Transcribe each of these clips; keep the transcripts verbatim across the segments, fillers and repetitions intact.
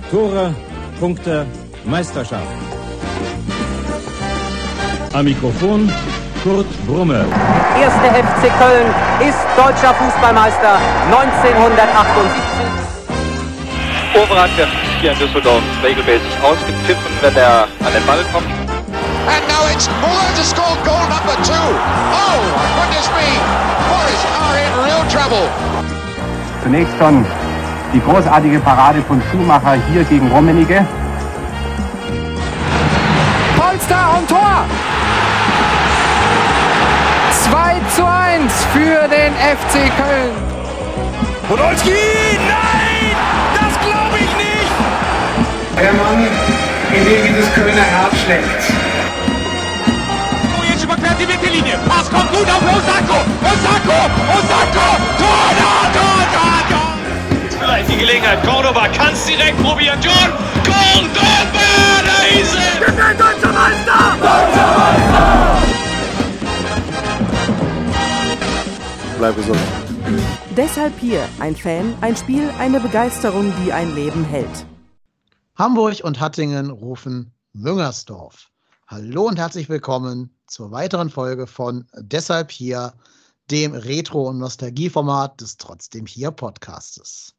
Tore, Punkte, Meisterschaft. Am Mikrofon Kurt Brumme. Erste F C Köln ist deutscher Fußballmeister neunzehnhundertachtundsiebzig. Overath wird hier in Düsseldorf regelmäßig ausgepfiffen, wenn er an den Ball kommt. And now it's Muller to score goal number two. Oh, goodness me. Forest are in real trouble. Zunächst schon die großartige Parade von Schumacher hier gegen Rummenigge. Polster und Tor! zwei zu eins für den F C Köln. Podolski, nein! Das glaube ich nicht! Der Mann, in dem dieses Kölner Herz schlägt. Oh, jetzt überquert die Mittellinie. Pass kommt gut auf Osako! Osako! Osako! Tor, Tor, Tor, Tor, Tor! Jetzt vielleicht die Gelegenheit. Cordoba kann es direkt probieren. John Cordoba, da ist er! Wir sind Deutscher Meister! Deutscher Meister! Bleib gesund. Deshalb hier ein Fan, ein Spiel, eine Begeisterung, die ein Leben hält. Hamburg und Hattingen rufen Müngersdorf. Hallo und herzlich willkommen zur weiteren Folge von Deshalb hier, dem Retro- und Nostalgieformat des Trotzdem hier Podcastes.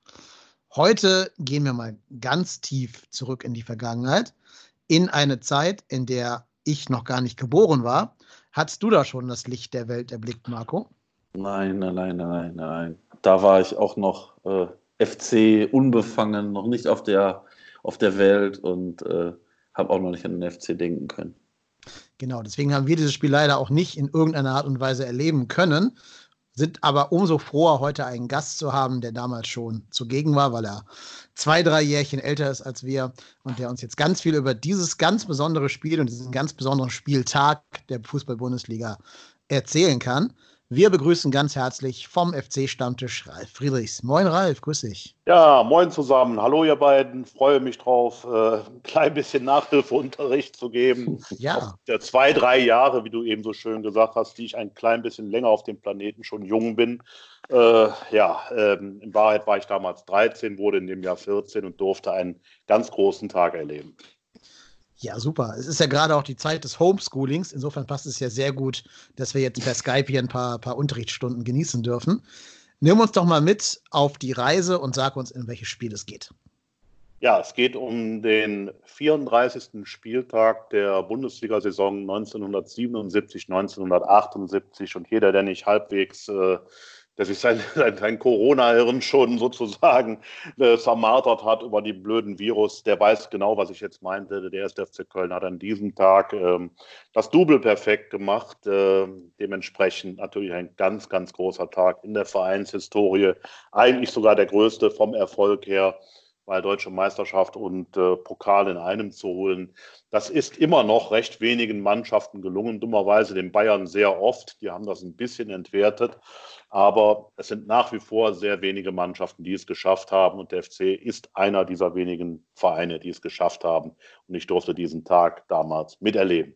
Heute gehen wir mal ganz tief zurück in die Vergangenheit, in eine Zeit, in der ich noch gar nicht geboren war. Hattest du da schon das Licht der Welt erblickt, Marco? Nein, nein, nein, nein, nein. Da war ich auch noch äh, F C unbefangen, noch nicht auf der, auf der Welt und äh, habe auch noch nicht an den F C denken können. Genau, deswegen haben wir dieses Spiel leider auch nicht in irgendeiner Art und Weise erleben können, sind aber umso froher, heute einen Gast zu haben, der damals schon zugegen war, weil er zwei, drei Jährchen älter ist als wir und der uns jetzt ganz viel über dieses ganz besondere Spiel und diesen ganz besonderen Spieltag der Fußball-Bundesliga erzählen kann. Wir begrüßen ganz herzlich vom F C-Stammtisch Ralf Friedrichs. Moin Ralf, grüß dich. Ja, moin zusammen. Hallo ihr beiden. Freue mich drauf, äh, ein klein bisschen Nachhilfeunterricht zu geben. Ja. Auf der zwei, drei Jahre, wie du eben so schön gesagt hast, die ich ein klein bisschen länger auf dem Planeten schon jung bin. Äh, ja, ähm, in Wahrheit war ich damals dreizehn, wurde in dem Jahr vierzehn und durfte einen ganz großen Tag erleben. Ja, super. Es ist ja gerade auch die Zeit des Homeschoolings. Insofern passt es ja sehr gut, dass wir jetzt per Skype hier ein paar, paar Unterrichtsstunden genießen dürfen. Nimm uns doch mal mit auf die Reise und sag uns, in welches Spiel es geht. Ja, es geht um den vierunddreißigsten Spieltag der Bundesliga-Saison neunzehnhundertsiebenundsiebzig, neunzehnhundertachtundsiebzig. Und jeder, der nicht halbwegs... Äh, der sich sein, sein, sein Corona-Hirn schon sozusagen äh, vermartert hat über die blöden Virus, der weiß genau, was ich jetzt meinte. Der erste F C Köln hat an diesem Tag ähm, das Double perfekt gemacht. Äh, dementsprechend natürlich ein ganz, ganz großer Tag in der Vereinshistorie. Eigentlich sogar der größte vom Erfolg her, weil Deutsche Meisterschaft und äh, Pokal in einem zu holen. Das ist immer noch recht wenigen Mannschaften gelungen, dummerweise den Bayern sehr oft. Die haben das ein bisschen entwertet. Aber es sind nach wie vor sehr wenige Mannschaften, die es geschafft haben. Und der F C ist einer dieser wenigen Vereine, die es geschafft haben. Und ich durfte diesen Tag damals miterleben.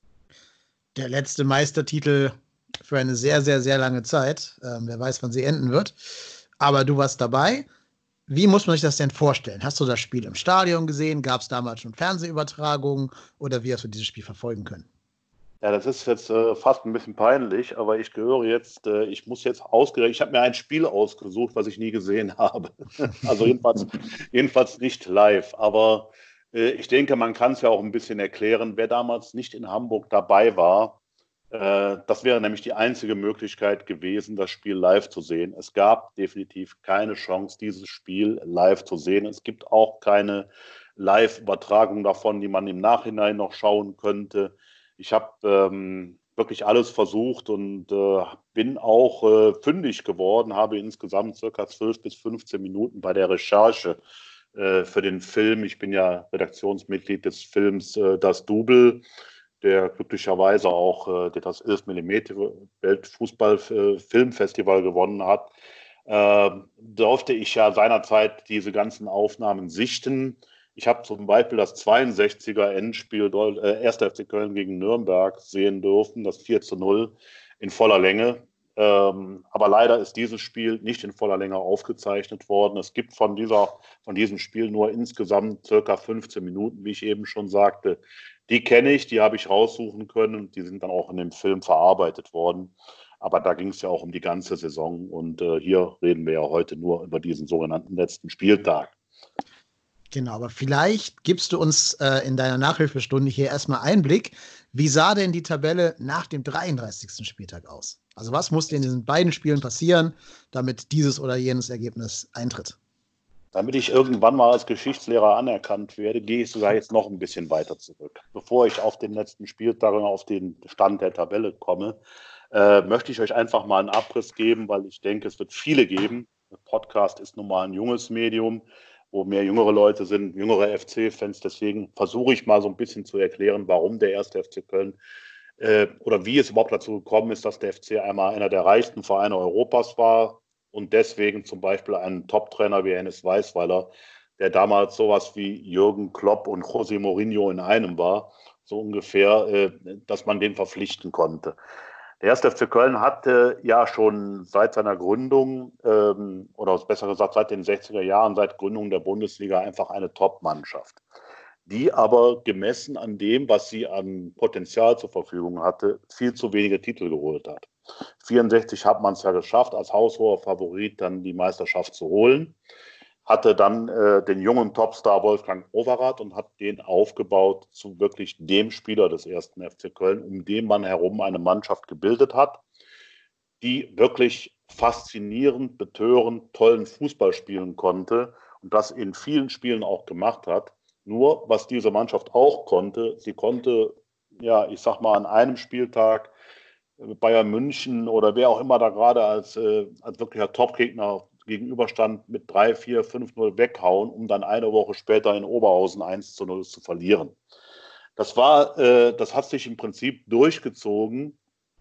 Der letzte Meistertitel für eine sehr, sehr, sehr lange Zeit. Ähm, wer weiß, wann sie enden wird. Aber du warst dabei. Wie muss man sich das denn vorstellen? Hast du das Spiel im Stadion gesehen? Gab es damals schon Fernsehübertragungen? Oder wie hast du dieses Spiel verfolgen können? Ja, das ist jetzt äh, fast ein bisschen peinlich, aber ich gehöre jetzt, äh, ich muss jetzt ausgerechnet, ich habe mir ein Spiel ausgesucht, was ich nie gesehen habe. Also jedenfalls, jedenfalls nicht live. Aber äh, ich denke, man kann es ja auch ein bisschen erklären, wer damals nicht in Hamburg dabei war. Äh, das wäre nämlich die einzige Möglichkeit gewesen, das Spiel live zu sehen. Es gab definitiv keine Chance, dieses Spiel live zu sehen. Es gibt auch keine Live-Übertragung davon, die man im Nachhinein noch schauen könnte. Ich habe ähm, wirklich alles versucht und äh, bin auch äh, fündig geworden, habe insgesamt circa zwölf bis fünfzehn Minuten bei der Recherche äh, für den Film. Ich bin ja Redaktionsmitglied des Films äh, Das Double, der glücklicherweise auch äh, das elf Millimeter Weltfußball-Filmfestival gewonnen hat. Äh, durfte ich ja seinerzeit diese ganzen Aufnahmen sichten. Ich habe zum Beispiel das zweiundsechziger Endspiel äh, erster F C Köln gegen Nürnberg sehen dürfen, das vier zu null in voller Länge. Ähm, aber leider ist dieses Spiel nicht in voller Länge aufgezeichnet worden. Es gibt von, dieser, von diesem Spiel nur insgesamt circa fünfzehn Minuten, wie ich eben schon sagte. Die kenne ich, die habe ich raussuchen können und die sind dann auch in dem Film verarbeitet worden. Aber da ging es ja auch um die ganze Saison und äh, hier reden wir ja heute nur über diesen sogenannten letzten Spieltag. Genau, aber vielleicht gibst du uns äh, in deiner Nachhilfestunde hier erstmal Einblick. Wie sah denn die Tabelle nach dem dreiunddreißigsten Spieltag aus? Also was musste in diesen beiden Spielen passieren, damit dieses oder jenes Ergebnis eintritt? Damit ich irgendwann mal als Geschichtslehrer anerkannt werde, gehe ich sogar jetzt noch ein bisschen weiter zurück. Bevor ich auf den letzten Spieltag und auf den Stand der Tabelle komme, äh, möchte ich euch einfach mal einen Abriss geben, weil ich denke, es wird viele geben. Der Podcast ist nun mal ein junges Medium, wo mehr jüngere Leute sind, jüngere F C-Fans. Deswegen versuche ich mal so ein bisschen zu erklären, warum der erste F C Köln äh, oder wie es überhaupt dazu gekommen ist, dass der F C einmal einer der reichsten Vereine Europas war und deswegen zum Beispiel einen Top-Trainer wie Hennes Weisweiler, der damals sowas wie Jürgen Klopp und José Mourinho in einem war, so ungefähr, äh, dass man den verpflichten konnte. Der erste F C Köln hatte ja schon seit seiner Gründung, ähm, oder besser gesagt seit den sechziger Jahren, seit Gründung der Bundesliga einfach eine Top-Mannschaft, die aber gemessen an dem, was sie an Potenzial zur Verfügung hatte, viel zu wenige Titel geholt hat. vierundsechzig hat man es ja geschafft, als haushoher Favorit dann die Meisterschaft zu holen. Hatte dann äh, den jungen Topstar Wolfgang Overath und hat den aufgebaut zu wirklich dem Spieler des ersten F C Köln, um den man herum eine Mannschaft gebildet hat, die wirklich faszinierend, betörend, tollen Fußball spielen konnte und das in vielen Spielen auch gemacht hat. Nur, was diese Mannschaft auch konnte, sie konnte, ja, ich sag mal, an einem Spieltag Bayern München oder wer auch immer da gerade als, äh, als wirklicher Topgegner gegenüberstand mit drei, vier, fünf null weghauen, um dann eine Woche später in Oberhausen eins zu null zu verlieren. Das war, äh, das hat sich im Prinzip durchgezogen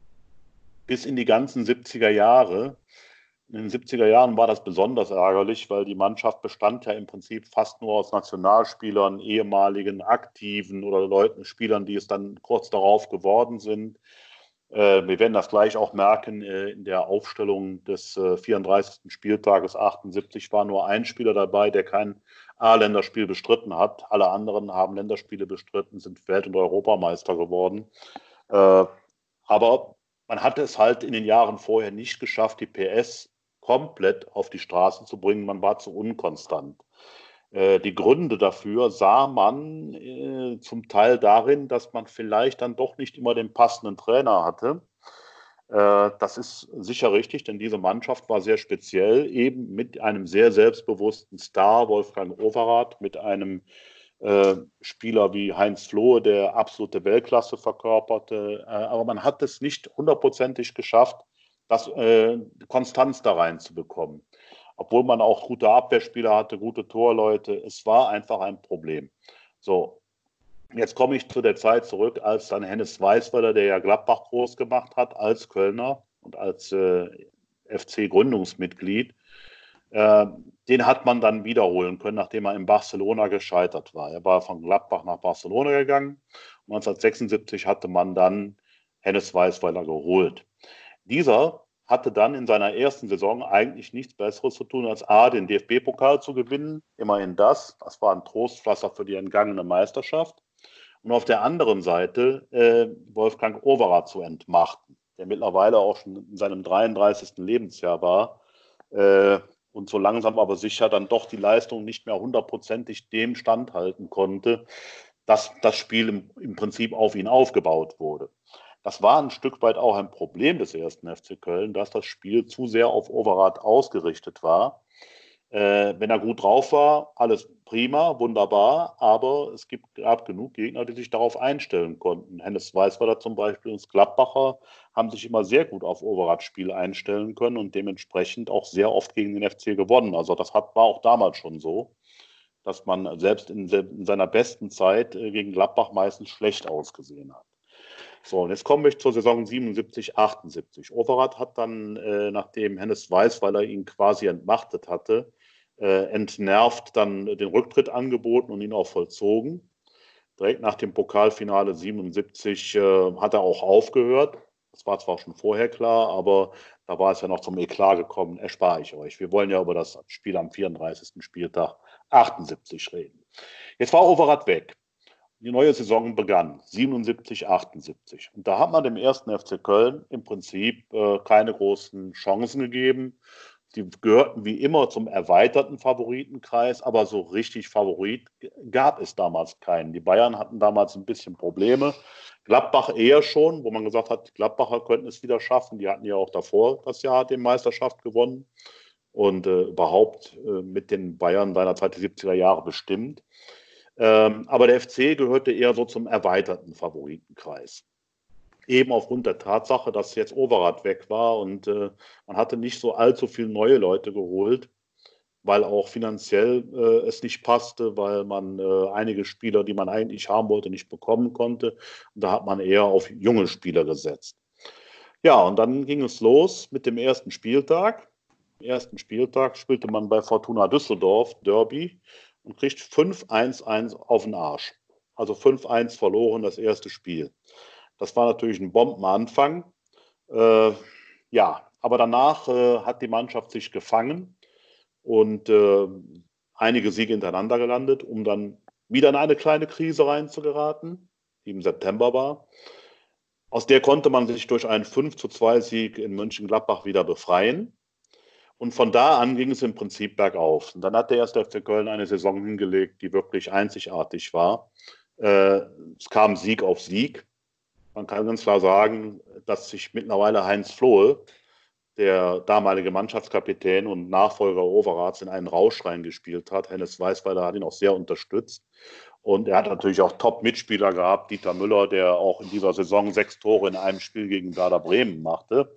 bis in die ganzen siebziger Jahre. In den siebziger Jahren war das besonders ärgerlich, weil die Mannschaft bestand ja im Prinzip fast nur aus Nationalspielern, ehemaligen Aktiven oder Leuten, Spielern, die es dann kurz darauf geworden sind. Wir werden das gleich auch merken, in der Aufstellung des vierunddreißigsten Spieltages achtundsiebzig war nur ein Spieler dabei, der kein A-Länderspiel bestritten hat. Alle anderen haben Länderspiele bestritten, sind Welt- und Europameister geworden. Aber man hatte es halt in den Jahren vorher nicht geschafft, die P S komplett auf die Straße zu bringen. Man war zu unkonstant. Die Gründe dafür sah man äh, zum Teil darin, dass man vielleicht dann doch nicht immer den passenden Trainer hatte. Äh, das ist sicher richtig, denn diese Mannschaft war sehr speziell, eben mit einem sehr selbstbewussten Star, Wolfgang Overath, mit einem äh, Spieler wie Heinz Flohe, der absolute Weltklasse verkörperte. Äh, aber man hat es nicht hundertprozentig geschafft, das äh, Konstanz da reinzubekommen. Obwohl man auch gute Abwehrspieler hatte, gute Torleute. Es war einfach ein Problem. So, jetzt komme ich zu der Zeit zurück, als dann Hennes Weisweiler, der ja Gladbach groß gemacht hat, als Kölner und als äh, F C-Gründungsmitglied, äh, den hat man dann wiederholen können, nachdem er in Barcelona gescheitert war. Er war von Gladbach nach Barcelona gegangen. neunzehnhundertsechsundsiebzig hatte man dann Hennes Weisweiler geholt. Dieser hatte dann in seiner ersten Saison eigentlich nichts Besseres zu tun, als A, den D F B-Pokal zu gewinnen, immerhin das, das war ein Trostpflaster für die entgangene Meisterschaft, und auf der anderen Seite äh, Wolfgang Overath zu entmachten, der mittlerweile auch schon in seinem dreiunddreißigsten Lebensjahr war äh, und so langsam aber sicher dann doch die Leistung nicht mehr hundertprozentig dem standhalten konnte, dass das Spiel im, im Prinzip auf ihn aufgebaut wurde. Das war ein Stück weit auch ein Problem des ersten F C Köln, dass das Spiel zu sehr auf Overath ausgerichtet war. Äh, wenn er gut drauf war, alles prima, wunderbar, aber es gibt, gab genug Gegner, die sich darauf einstellen konnten. Hennes Weisweiler zum Beispiel und Gladbacher haben sich immer sehr gut auf Overaths Spiel einstellen können und dementsprechend auch sehr oft gegen den F C gewonnen. Also das hat, war auch damals schon so, dass man selbst in, in seiner besten Zeit äh, gegen Gladbach meistens schlecht ausgesehen hat. So, und jetzt kommen wir zur Saison siebenundsiebzig, achtundsiebzig. Overath hat dann, äh, nachdem Hennes Weisweiler ihn quasi entmachtet hatte, äh, entnervt dann den Rücktritt angeboten und ihn auch vollzogen. Direkt nach dem Pokalfinale siebenundsiebzig äh, hat er auch aufgehört. Das war zwar schon vorher klar, aber da war es ja noch zum Eklat gekommen, erspare ich euch. Wir wollen ja über das Spiel am vierunddreißigsten Spieltag achtundsiebzig reden. Jetzt war Overath weg. Die neue Saison begann, siebenundsiebzig, achtundsiebzig. Und da hat man dem ersten F C Köln im Prinzip äh, keine großen Chancen gegeben. Die gehörten wie immer zum erweiterten Favoritenkreis, aber so richtig Favorit gab es damals keinen. Die Bayern hatten damals ein bisschen Probleme. Gladbach eher schon, wo man gesagt hat, die Gladbacher könnten es wieder schaffen. Die hatten ja auch davor das Jahr die Meisterschaft gewonnen und äh, überhaupt äh, mit den Bayern seinerzeit die siebziger Jahre bestimmt. Ähm, aber der F C gehörte eher so zum erweiterten Favoritenkreis. Eben aufgrund der Tatsache, dass jetzt Overath weg war und äh, man hatte nicht so allzu viele neue Leute geholt, weil auch finanziell äh, es nicht passte, weil man äh, einige Spieler, die man eigentlich haben wollte, nicht bekommen konnte. Und da hat man eher auf junge Spieler gesetzt. Ja, und dann ging es los mit dem ersten Spieltag. Am ersten Spieltag spielte man bei Fortuna Düsseldorf Derby und kriegt fünf eins eins auf den Arsch. Also fünf eins verloren das erste Spiel. Das war natürlich ein Bombenanfang. Äh, ja, aber danach äh, hat die Mannschaft sich gefangen und äh, einige Siege hintereinander gelandet, um dann wieder in eine kleine Krise reinzugeraten, die im September war. Aus der konnte man sich durch einen fünf zu zwei Sieg in Mönchengladbach wieder befreien. Und von da an ging es im Prinzip bergauf. Und dann hat der erste F C Köln eine Saison hingelegt, die wirklich einzigartig war. Äh, es kam Sieg auf Sieg. Man kann ganz klar sagen, dass sich mittlerweile Heinz Flohe, der damalige Mannschaftskapitän und Nachfolger Overaths, in einen Rausch reingespielt hat. Hennes Weißweiler hat ihn auch sehr unterstützt. Und er hat natürlich auch Top-Mitspieler gehabt, Dieter Müller, der auch in dieser Saison sechs Tore in einem Spiel gegen Werder Bremen machte.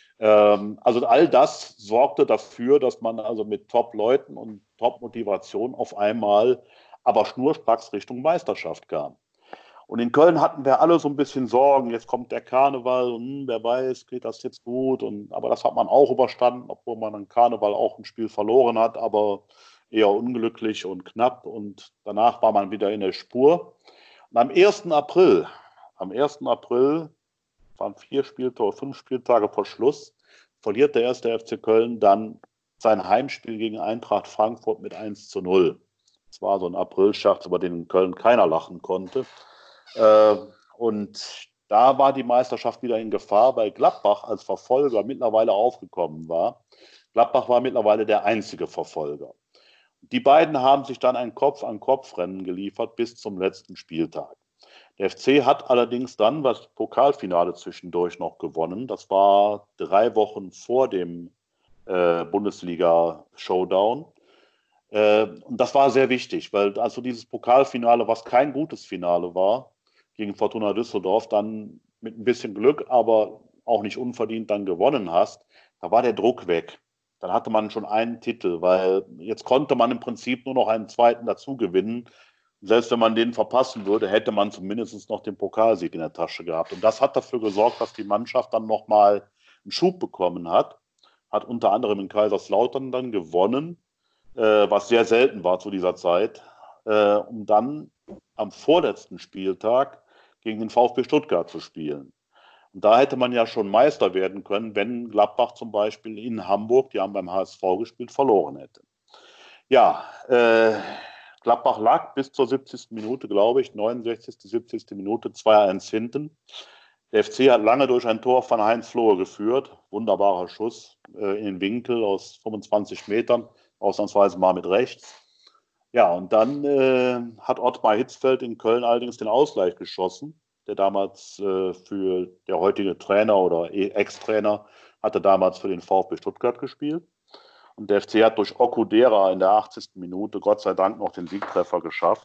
Ähm, also all das sorgte dafür, dass man also mit Top-Leuten und Top-Motivation auf einmal aber schnurstracks Richtung Meisterschaft kam. Und in Köln hatten wir alle so ein bisschen Sorgen, jetzt kommt der Karneval und hm, wer weiß, geht das jetzt gut. Und, aber das hat man auch überstanden, obwohl man am Karneval auch ein Spiel verloren hat, aber eher unglücklich und knapp. Und danach war man wieder in der Spur. Und am ersten April, am ersten April, waren vier Spieltage, fünf Spieltage vor Schluss, verliert der erste F C Köln dann sein Heimspiel gegen Eintracht Frankfurt mit eins zu null. Das war so ein Aprilscherz, über den in Köln keiner lachen konnte. Äh, und da war die Meisterschaft wieder in Gefahr, weil Gladbach als Verfolger mittlerweile aufgekommen war. Gladbach war mittlerweile der einzige Verfolger. Die beiden haben sich dann ein Kopf-an-Kopf-Rennen geliefert bis zum letzten Spieltag. Der F C hat allerdings dann das Pokalfinale zwischendurch noch gewonnen. Das war drei Wochen vor dem äh, Bundesliga-Showdown. Äh, und das war sehr wichtig, weil also dieses Pokalfinale, was kein gutes Finale war, gegen Fortuna Düsseldorf, dann mit ein bisschen Glück, aber auch nicht unverdient dann gewonnen hast, da war der Druck weg. Dann hatte man schon einen Titel, weil jetzt konnte man im Prinzip nur noch einen zweiten dazu gewinnen. Selbst wenn man den verpassen würde, hätte man zumindest noch den Pokalsieg in der Tasche gehabt. Und das hat dafür gesorgt, dass die Mannschaft dann nochmal einen Schub bekommen hat. Hat unter anderem in Kaiserslautern dann gewonnen, äh, was sehr selten war zu dieser Zeit, äh, um dann am vorletzten Spieltag gegen den VfB Stuttgart zu spielen. Und da hätte man ja schon Meister werden können, wenn Gladbach zum Beispiel in Hamburg, die haben beim H S V gespielt, verloren hätte. Ja, äh, Gladbach lag bis zur siebzigsten Minute, glaube ich, neunundsechzigste, siebzigste Minute, zwei eins hinten. Der F C hat lange durch ein Tor von Heinz Flohe geführt. Wunderbarer Schuss äh, in den Winkel aus fünfundzwanzig Metern, ausnahmsweise mal mit rechts. Ja, und dann äh, hat Ottmar Hitzfeld in Köln allerdings den Ausgleich geschossen. Der damals äh, für der heutige Trainer oder Ex-Trainer hatte damals für den VfB Stuttgart gespielt. Und der F C hat durch Okudera in der achtzigsten Minute Gott sei Dank noch den Siegtreffer geschafft.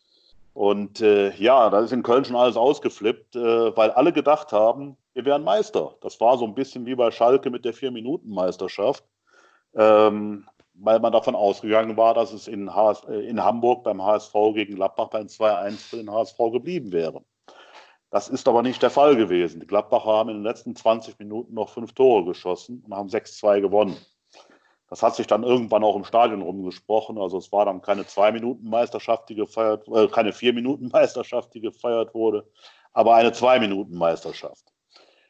Und äh, ja, da ist in Köln schon alles ausgeflippt, äh, weil alle gedacht haben, wir wären Meister. Das war so ein bisschen wie bei Schalke mit der vier-Minuten-Meisterschaft, ähm, weil man davon ausgegangen war, dass es in, H S, äh, in Hamburg beim H S V gegen Gladbach beim zwei eins für den H S V geblieben wäre. Das ist aber nicht der Fall gewesen. Die Gladbacher haben in den letzten zwanzig Minuten noch fünf Tore geschossen und haben sechs zwei gewonnen. Das hat sich dann irgendwann auch im Stadion rumgesprochen. Also es war dann keine Zwei-Minuten-Meisterschaft, die gefeiert, äh, keine Vier-Minuten-Meisterschaft, die gefeiert wurde, aber eine Zwei-Minuten-Meisterschaft.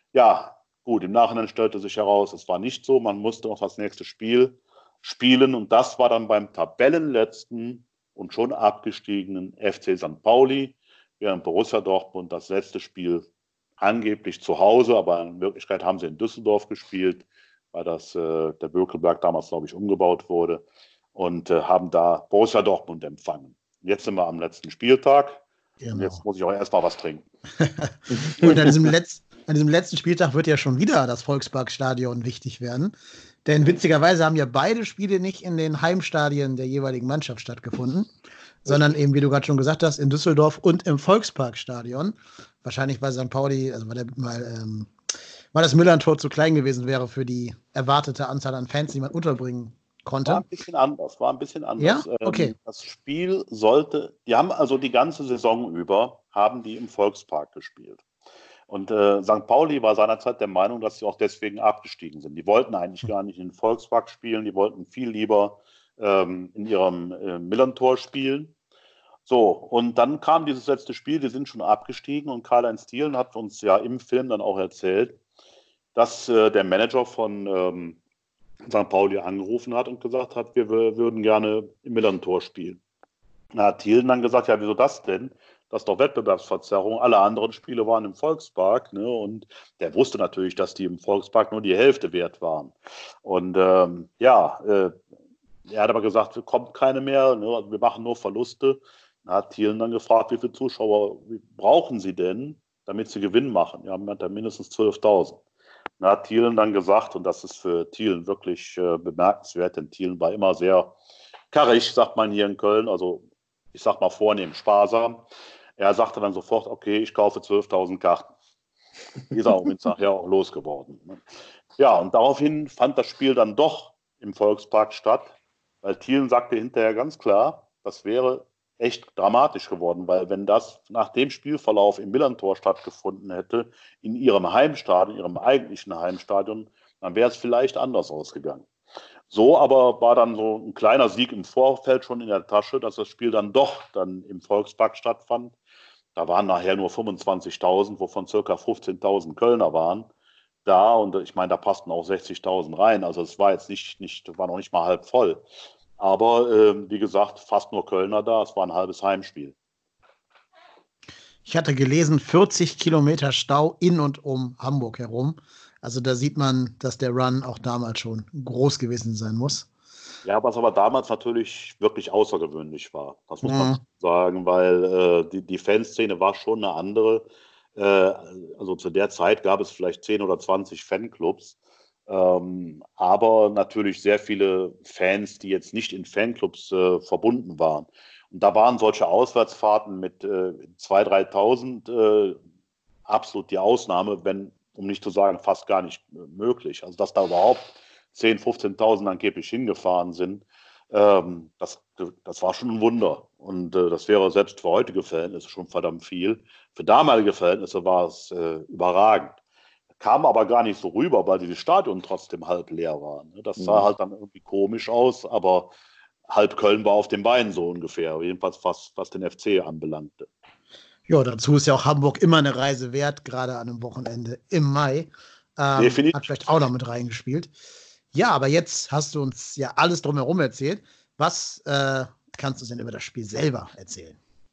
Ja, gut, im Nachhinein stellte sich heraus, es war nicht so. Man musste noch das nächste Spiel spielen und das war dann beim Tabellenletzten und schon abgestiegenen F C Sankt Pauli, während Borussia Dortmund das letzte Spiel angeblich zu Hause, aber in Wirklichkeit haben sie in Düsseldorf gespielt, weil das, äh, der Bökelberg damals, glaube ich, umgebaut wurde und äh, haben da Borussia Dortmund empfangen. Jetzt sind wir am letzten Spieltag Genau. und jetzt muss ich auch erstmal was trinken. Und an diesem, Letz-, an diesem letzten Spieltag wird ja schon wieder das Volksparkstadion wichtig werden. Denn witzigerweise haben ja beide Spiele nicht in den Heimstadien der jeweiligen Mannschaft stattgefunden, sondern eben, wie du gerade schon gesagt hast, in Düsseldorf und im Volksparkstadion. Wahrscheinlich bei Sankt Pauli, also weil, der, weil, ähm, weil das Müllerntor zu klein gewesen wäre für die erwartete Anzahl an Fans, die man unterbringen konnte. War ein bisschen anders, war ein bisschen anders. Ja? Okay. Ähm, das Spiel sollte, die haben also die ganze Saison über, haben die im Volkspark gespielt. Und äh, Sankt Pauli war seinerzeit der Meinung, dass sie auch deswegen abgestiegen sind. Die wollten eigentlich gar nicht in den Volkspark spielen, die wollten viel lieber ähm, in ihrem äh, Millerntor spielen. So, und dann kam dieses letzte Spiel, die sind schon abgestiegen und Karl-Heinz Thielen hat uns ja im Film dann auch erzählt, dass äh, der Manager von ähm, Sankt Pauli angerufen hat und gesagt hat, wir, wir würden gerne im Millerntor spielen. Da hat Thielen dann gesagt, ja, wieso das denn? Das ist doch Wettbewerbsverzerrung. Alle anderen Spiele waren im Volkspark, ne? Und der wusste natürlich, dass die im Volkspark nur die Hälfte wert waren. Und ähm, ja, äh, er hat aber gesagt, kommt keine mehr, ne? Also wir machen nur Verluste. Da hat Thielen dann gefragt, wie viele Zuschauer brauchen Sie denn, damit Sie Gewinn machen? Ja, man hat da mindestens zwölftausend. Da hat Thielen dann gesagt, und das ist für Thielen wirklich äh, bemerkenswert, denn Thielen war immer sehr karrig, sagt man hier in Köln, also ich sag mal vornehm, sparsam. Er sagte dann sofort, okay, ich kaufe zwölftausend Karten. Die ist auch nachher auch losgeworden. Ja, und daraufhin fand das Spiel dann doch im Volkspark statt, weil Thielen sagte hinterher ganz klar, das wäre echt dramatisch geworden, weil wenn das nach dem Spielverlauf im Millerntor stattgefunden hätte, in ihrem Heimstadion, ihrem eigentlichen Heimstadion, dann wäre es vielleicht anders ausgegangen. So aber war dann so ein kleiner Sieg im Vorfeld schon in der Tasche, dass das Spiel dann doch dann im Volkspark stattfand. Da waren nachher nur fünfundzwanzigtausend, wovon ca. fünfzehntausend Kölner waren da. Und ich meine, da passten auch sechzigtausend rein. Also es war jetzt nicht, nicht, war noch nicht mal halb voll. Aber äh, wie gesagt, fast nur Kölner da. Es war ein halbes Heimspiel. Ich hatte gelesen, vierzig Kilometer Stau in und um Hamburg herum. Also da sieht man, dass der Run auch damals schon groß gewesen sein muss. Ja, was aber damals natürlich wirklich außergewöhnlich war. Das muss Mhm. man sagen, weil äh, die, die Fanszene war schon eine andere. Äh, also zu der Zeit gab es vielleicht zehn oder zwanzig Fanclubs. Ähm, aber natürlich sehr viele Fans, die jetzt nicht in Fanclubs äh, verbunden waren. Und da waren solche Auswärtsfahrten mit äh, zweitausend, dreitausend äh, absolut die Ausnahme, wenn, um nicht zu sagen, fast gar nicht möglich. Also dass da überhaupt zehntausend, fünfzehntausend angeblich hingefahren sind, ähm, das, das war schon ein Wunder. Und äh, das wäre selbst für heutige Verhältnisse schon verdammt viel. Für damalige Verhältnisse war es äh, überragend. Kam aber gar nicht so rüber, weil dieses Stadion trotzdem halb leer war. Das sah Mhm. halt dann irgendwie komisch aus, aber halb Köln war auf den Beinen so ungefähr, jedenfalls was, was den F C anbelangte. Ja, dazu ist ja auch Hamburg immer eine Reise wert, gerade an einem Wochenende im Mai. Ähm, Definitiv. Hat vielleicht auch noch mit reingespielt. Ja, aber jetzt hast du uns ja alles drumherum erzählt. Was äh, kannst du denn über das Spiel selber erzählen?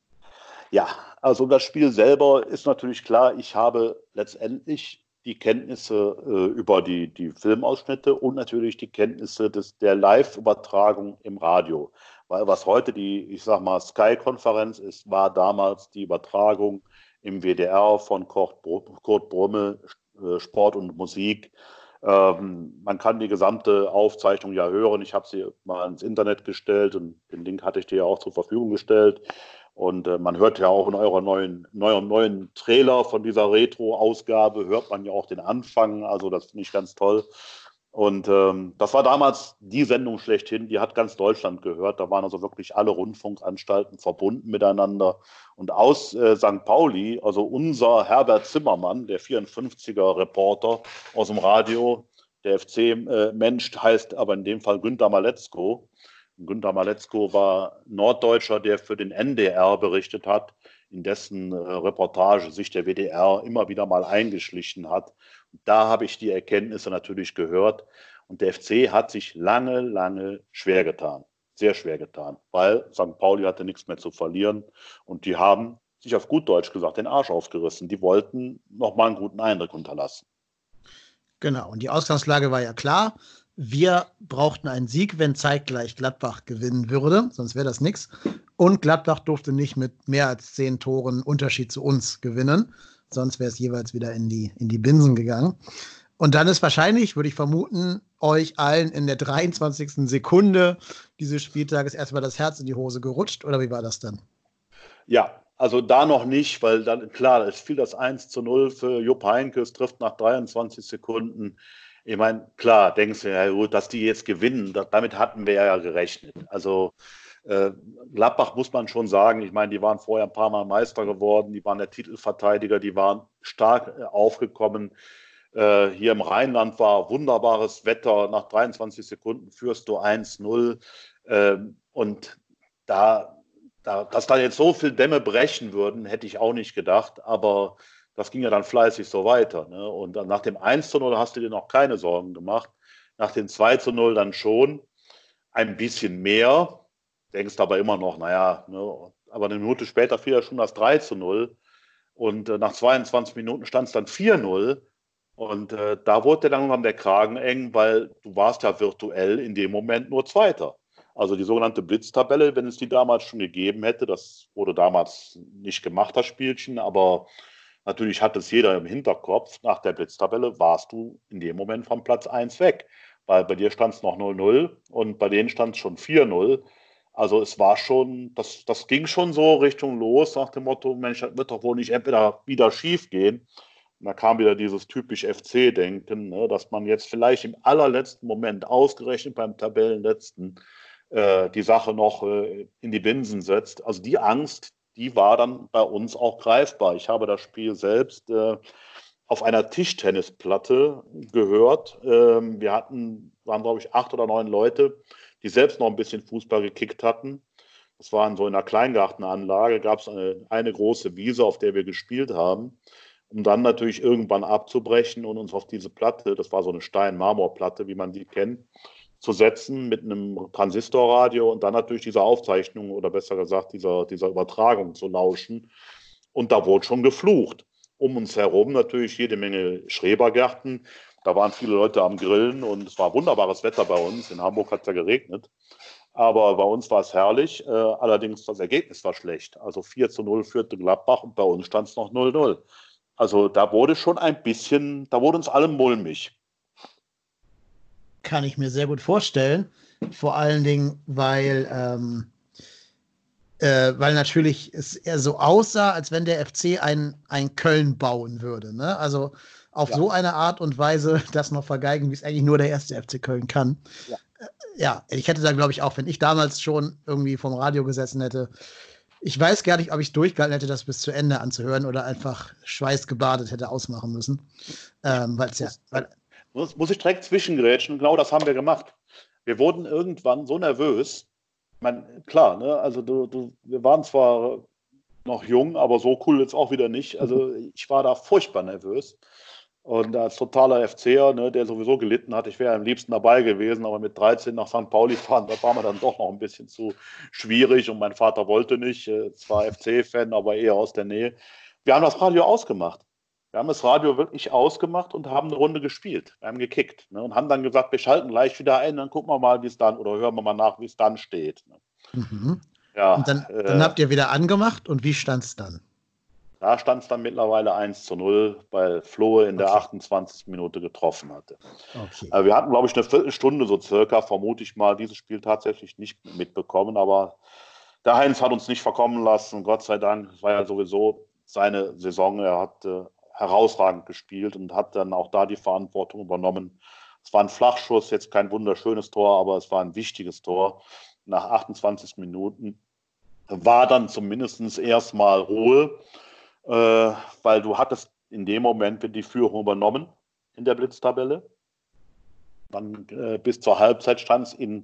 Ja, also das Spiel selber ist natürlich klar, ich habe letztendlich die Kenntnisse äh, über die, die Filmausschnitte und natürlich die Kenntnisse des, der Live-Übertragung im Radio. Weil was heute die, ich sag mal, Sky-Konferenz ist, war damals die Übertragung im W D R von Kurt, Kurt Brummel, äh, Sport und Musik. Ähm, man kann die gesamte Aufzeichnung ja hören. Ich habe sie mal ins Internet gestellt und den Link hatte ich dir ja auch zur Verfügung gestellt. Und äh, man hört ja auch in eurer neuen, neuen, neuen Trailer von dieser Retro-Ausgabe, hört man ja auch den Anfang. Also das finde ich ganz toll. Und ähm, das war damals die Sendung schlechthin, die hat ganz Deutschland gehört. Da waren also wirklich alle Rundfunkanstalten verbunden miteinander. Und aus äh, Sankt Pauli, also unser Herbert Zimmermann, der vierundfünfziger-Reporter aus dem Radio, der F C-Mensch heißt aber in dem Fall Günter Maletzko, Günter Maletzko war Norddeutscher, der für den N D R berichtet hat, in dessen äh, Reportage sich der W D R immer wieder mal eingeschlichen hat. Und da habe ich die Erkenntnisse natürlich gehört. Und der F C hat sich lange, lange schwer getan. Sehr schwer getan, weil Sankt Pauli hatte nichts mehr zu verlieren. Und die haben sich auf gut Deutsch gesagt den Arsch aufgerissen. Die wollten nochmal einen guten Eindruck hinterlassen. Genau, und die Ausgangslage war ja klar. Wir brauchten einen Sieg, wenn zeitgleich Gladbach gewinnen würde, sonst wäre das nichts. Und Gladbach durfte nicht mit mehr als zehn Toren Unterschied zu uns gewinnen, sonst wäre es jeweils wieder in die, in die Binsen gegangen. Und dann ist wahrscheinlich, würde ich vermuten, euch allen in der dreiundzwanzigsten Sekunde dieses Spieltages erstmal das Herz in die Hose gerutscht, oder wie war das dann? Ja, also da noch nicht, weil dann, klar, es fiel das eins zu null für Jupp Heynckes, trifft nach dreiundzwanzig Sekunden. Ich meine, klar, denkst du, ja gut, dass die jetzt gewinnen, da, damit hatten wir ja gerechnet. Also äh, Gladbach muss man schon sagen, ich meine, die waren vorher ein paar Mal Meister geworden, die waren der Titelverteidiger, die waren stark äh, aufgekommen. Äh, hier im Rheinland war wunderbares Wetter, nach dreiundzwanzig Sekunden führst du eins null. Äh, und da, da, dass da jetzt so viele Dämme brechen würden, hätte ich auch nicht gedacht, aber das ging ja dann fleißig so weiter. Ne? Und dann nach dem eins zu null hast du dir noch keine Sorgen gemacht. Nach dem zwei zu null dann schon ein bisschen mehr. Denkst aber immer noch, naja, ne? Aber eine Minute später fiel ja schon das drei zu null. Und äh, nach zweiundzwanzig Minuten stand es dann vier null. Und äh, da wurde dann irgendwann der Kragen eng, weil du warst ja virtuell in dem Moment nur Zweiter. Also die sogenannte Blitztabelle, wenn es die damals schon gegeben hätte, das wurde damals nicht gemacht, das Spielchen, aber natürlich hat es jeder im Hinterkopf, nach der Blitztabelle warst du in dem Moment vom Platz eins weg, weil bei dir stand es noch null null und bei denen stand es schon vier null. Also es war schon, das, das ging schon so Richtung los, nach dem Motto, Mensch, das wird doch wohl nicht entweder wieder schief gehen. Und da kam wieder dieses typisch F C-Denken, ne, dass man jetzt vielleicht im allerletzten Moment, ausgerechnet beim Tabellenletzten, äh, die Sache noch äh, in die Binsen setzt. Also die Angst, die war dann bei uns auch greifbar. Ich habe das Spiel selbst äh, auf einer Tischtennisplatte gehört. Ähm, wir hatten, waren glaube ich acht oder neun Leute, die selbst noch ein bisschen Fußball gekickt hatten. Das waren so in einer Kleingartenanlage, gab es eine, eine große Wiese, auf der wir gespielt haben, um dann natürlich irgendwann abzubrechen und uns auf diese Platte, das war so eine Stein-Marmorplatte, wie man die kennt, zu setzen mit einem Transistorradio und dann natürlich dieser Aufzeichnung oder besser gesagt dieser, dieser Übertragung zu lauschen. Und da wurde schon geflucht. Um uns herum natürlich jede Menge Schrebergärten. Da waren viele Leute am Grillen und es war wunderbares Wetter bei uns. In Hamburg hat es ja geregnet. Aber bei uns war es herrlich. Äh, allerdings das Ergebnis war schlecht. Also vier zu null führte Gladbach und bei uns stand es noch null null. Also da wurde schon ein bisschen, da wurde uns allem mulmig. Kann ich mir sehr gut vorstellen. Vor allen Dingen, weil, ähm, äh, weil natürlich es eher so aussah, als wenn der F C ein, ein Köln bauen würde. Ne? Also auf ja. so eine Art und Weise das noch vergeigen, wie es eigentlich nur der erste F C Köln kann. Ja, äh, ja ich hätte da, glaube ich, auch, wenn ich damals schon irgendwie vom Radio gesessen hätte, ich weiß gar nicht, ob ich es durchgehalten hätte, das bis zu Ende anzuhören oder einfach schweißgebadet hätte ausmachen müssen. Ähm, weil's ja, weil, muss, muss ich direkt zwischengrätschen. Genau das haben wir gemacht. Wir wurden irgendwann so nervös. Ich meine, klar, ne? Also du, du, wir waren zwar noch jung, aber so cool jetzt auch wieder nicht. Also ich war da furchtbar nervös. Und als totaler FCer, ne, der sowieso gelitten hat, ich wäre am liebsten dabei gewesen, aber mit dreizehn nach Sankt Pauli fahren, da war mir dann doch noch ein bisschen zu schwierig und mein Vater wollte nicht, zwar F C-Fan, aber eher aus der Nähe. Wir haben das Radio ausgemacht. Wir haben das Radio wirklich ausgemacht und haben eine Runde gespielt. Wir haben gekickt, ne, und haben dann gesagt, wir schalten gleich wieder ein, dann gucken wir mal, wie es dann, oder hören wir mal nach, wie es dann steht. Ne. Mhm. Ja, und dann, äh, dann habt ihr wieder angemacht und wie stand es dann? Da stand es dann mittlerweile eins zu null, weil Flohe in der okay. achtundzwanzigsten Minute getroffen hatte. Okay. Also wir hatten, glaube ich, eine Viertelstunde so circa, vermute ich mal, dieses Spiel tatsächlich nicht mitbekommen. Aber der Heinz hat uns nicht verkommen lassen. Gott sei Dank, es war ja sowieso seine Saison. Er hat äh, herausragend gespielt und hat dann auch da die Verantwortung übernommen. Es war ein Flachschuss, jetzt kein wunderschönes Tor, aber es war ein wichtiges Tor. Nach achtundzwanzig Minuten war dann zumindest erstmal Ruhe. Äh, weil du hattest in dem Moment die Führung übernommen in der Blitztabelle. Dann äh, bis zur Halbzeit stand es in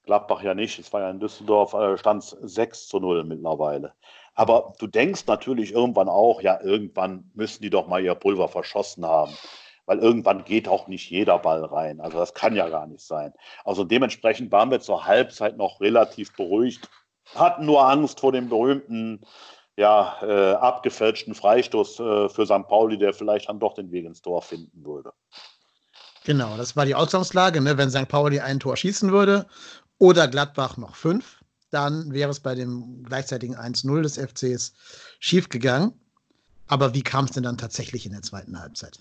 Gladbach ja nicht. Es war ja in Düsseldorf, äh, stand es sechs zu null mittlerweile. Aber du denkst natürlich irgendwann auch, ja, irgendwann müssen die doch mal ihr Pulver verschossen haben. Weil irgendwann geht auch nicht jeder Ball rein. Also das kann ja gar nicht sein. Also dementsprechend waren wir zur Halbzeit noch relativ beruhigt, hatten nur Angst vor dem berühmten, ja, äh, abgefälschten Freistoß äh, für Sankt Pauli, der vielleicht dann doch den Weg ins Tor finden würde. Genau, das war die Ausgangslage, ne? Wenn Sankt Pauli ein Tor schießen würde oder Gladbach noch fünf, dann wäre es bei dem gleichzeitigen eins null des F Cs schiefgegangen. Aber wie kam es denn dann tatsächlich in der zweiten Halbzeit?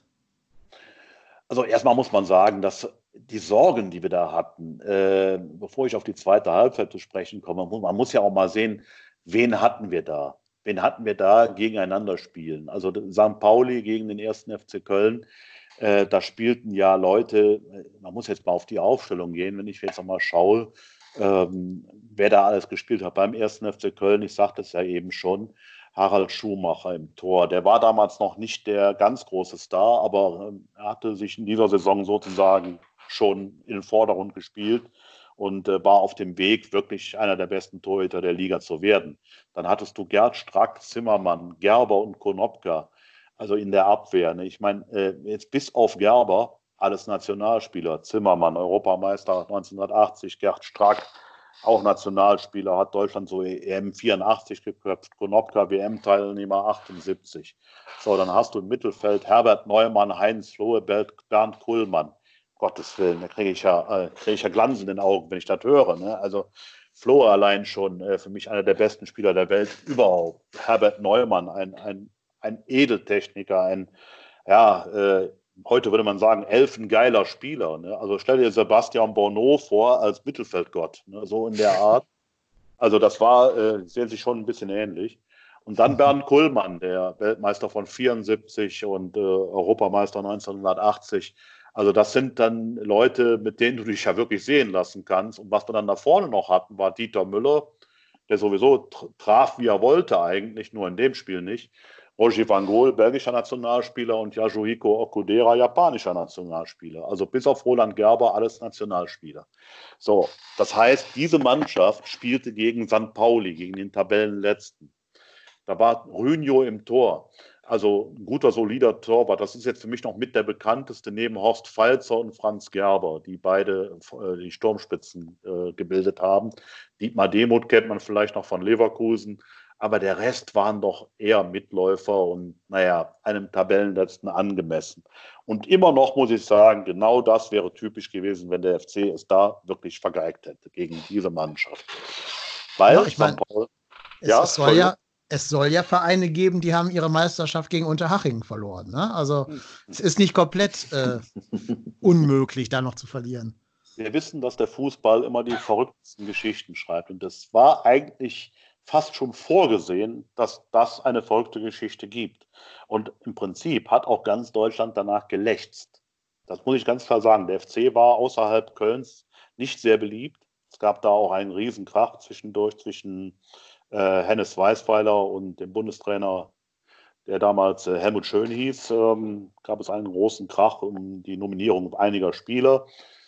Also erstmal muss man sagen, dass die Sorgen, die wir da hatten, äh, bevor ich auf die zweite Halbzeit zu sprechen komme, man muss ja auch mal sehen, wen hatten wir da? Wen hatten wir da gegeneinander spielen? Also Sankt Pauli gegen den ersten F C Köln, äh, da spielten ja Leute, man muss jetzt mal auf die Aufstellung gehen, wenn ich jetzt noch mal schaue, ähm, wer da alles gespielt hat beim ersten F C Köln, ich sagte es ja eben schon, Harald Schumacher im Tor. Der war damals noch nicht der ganz große Star, aber er hatte sich in dieser Saison sozusagen schon in den Vordergrund gespielt und äh, war auf dem Weg, wirklich einer der besten Torhüter der Liga zu werden. Dann hattest du Gerd Strack, Zimmermann, Gerber und Konopka, also in der Abwehr. Ne? Ich meine, äh, jetzt bis auf Gerber, alles Nationalspieler. Zimmermann, Europameister neunzehnhundertachtzig, Gerd Strack, auch Nationalspieler, hat Deutschland so E M vierundachtzig geköpft, Konopka W M-Teilnehmer achtundsiebzig. So, dann hast du im Mittelfeld Herbert Neumann, Heinz Flohe, Bernd Kuhlmann. Gottes Willen, da kriege ich, ja, äh, krieg ich ja Glanz in den Augen, wenn ich das höre. Ne? Also Flohe allein schon äh, für mich einer der besten Spieler der Welt überhaupt. Herbert Neumann, ein, ein, ein Edeltechniker, ein, ja, äh, heute würde man sagen, elfengeiler Spieler. Ne? Also stell dir Sebastian Bonneau vor als Mittelfeldgott, ne? So in der Art. Also das war, äh, sehen sich schon ein bisschen ähnlich. Und dann Bernd Kuhlmann, der Weltmeister von vierundsiebzig und äh, Europameister neunzehnhundertachtzig. Also das sind dann Leute, mit denen du dich ja wirklich sehen lassen kannst. Und was wir dann da vorne noch hatten, war Dieter Müller, der sowieso traf, wie er wollte eigentlich, nur in dem Spiel nicht. Roger van Gogh, belgischer Nationalspieler, und Yasuhiko Okudera, japanischer Nationalspieler. Also bis auf Roland Gerber alles Nationalspieler. So, das heißt, diese Mannschaft spielte gegen Sankt Pauli, gegen den Tabellenletzten. Da war Rünjo im Tor. Also ein guter, solider Torwart. Das ist jetzt für mich noch mit der bekannteste neben Horst Falzer und Franz Gerber, die beide äh, die Sturmspitzen äh, gebildet haben. Dietmar Demuth kennt man vielleicht noch von Leverkusen. Aber der Rest waren doch eher Mitläufer und, naja, einem Tabellenletzten angemessen. Und immer noch muss ich sagen, genau das wäre typisch gewesen, wenn der F C es da wirklich vergeigt hätte gegen diese Mannschaft. Weil, ja, ich mein, Paul, es, ja, es, soll ja, es soll ja Vereine geben, die haben ihre Meisterschaft gegen Unterhaching verloren. Ne? Also hm. es ist nicht komplett äh, unmöglich, da noch zu verlieren. Wir wissen, dass der Fußball immer die verrücktesten Geschichten schreibt. Und das war eigentlich fast schon vorgesehen, dass das eine verrückte Geschichte gibt. Und im Prinzip hat auch ganz Deutschland danach gelächzt. Das muss ich ganz klar sagen. Der F C war außerhalb Kölns nicht sehr beliebt. Es gab da auch einen Riesenkrach zwischendurch zwischen äh, Hennes Weisweiler und dem Bundestrainer, der damals äh, Helmut Schön hieß. Ähm, gab es einen großen Krach um die Nominierung einiger Spieler.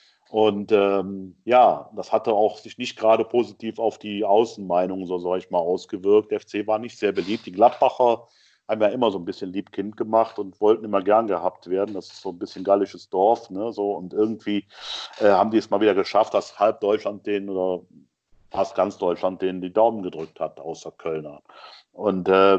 Und ähm, ja, das hatte auch sich nicht gerade positiv auf die Außenmeinung, so sag ich mal, ausgewirkt. Der F C war nicht sehr beliebt. Die Gladbacher haben ja immer so ein bisschen Liebkind gemacht und wollten immer gern gehabt werden. Das ist so ein bisschen gallisches Dorf, ne? So, und irgendwie äh, haben die es mal wieder geschafft, dass halb Deutschland denen oder fast ganz Deutschland denen die Daumen gedrückt hat, außer Kölner. Und äh,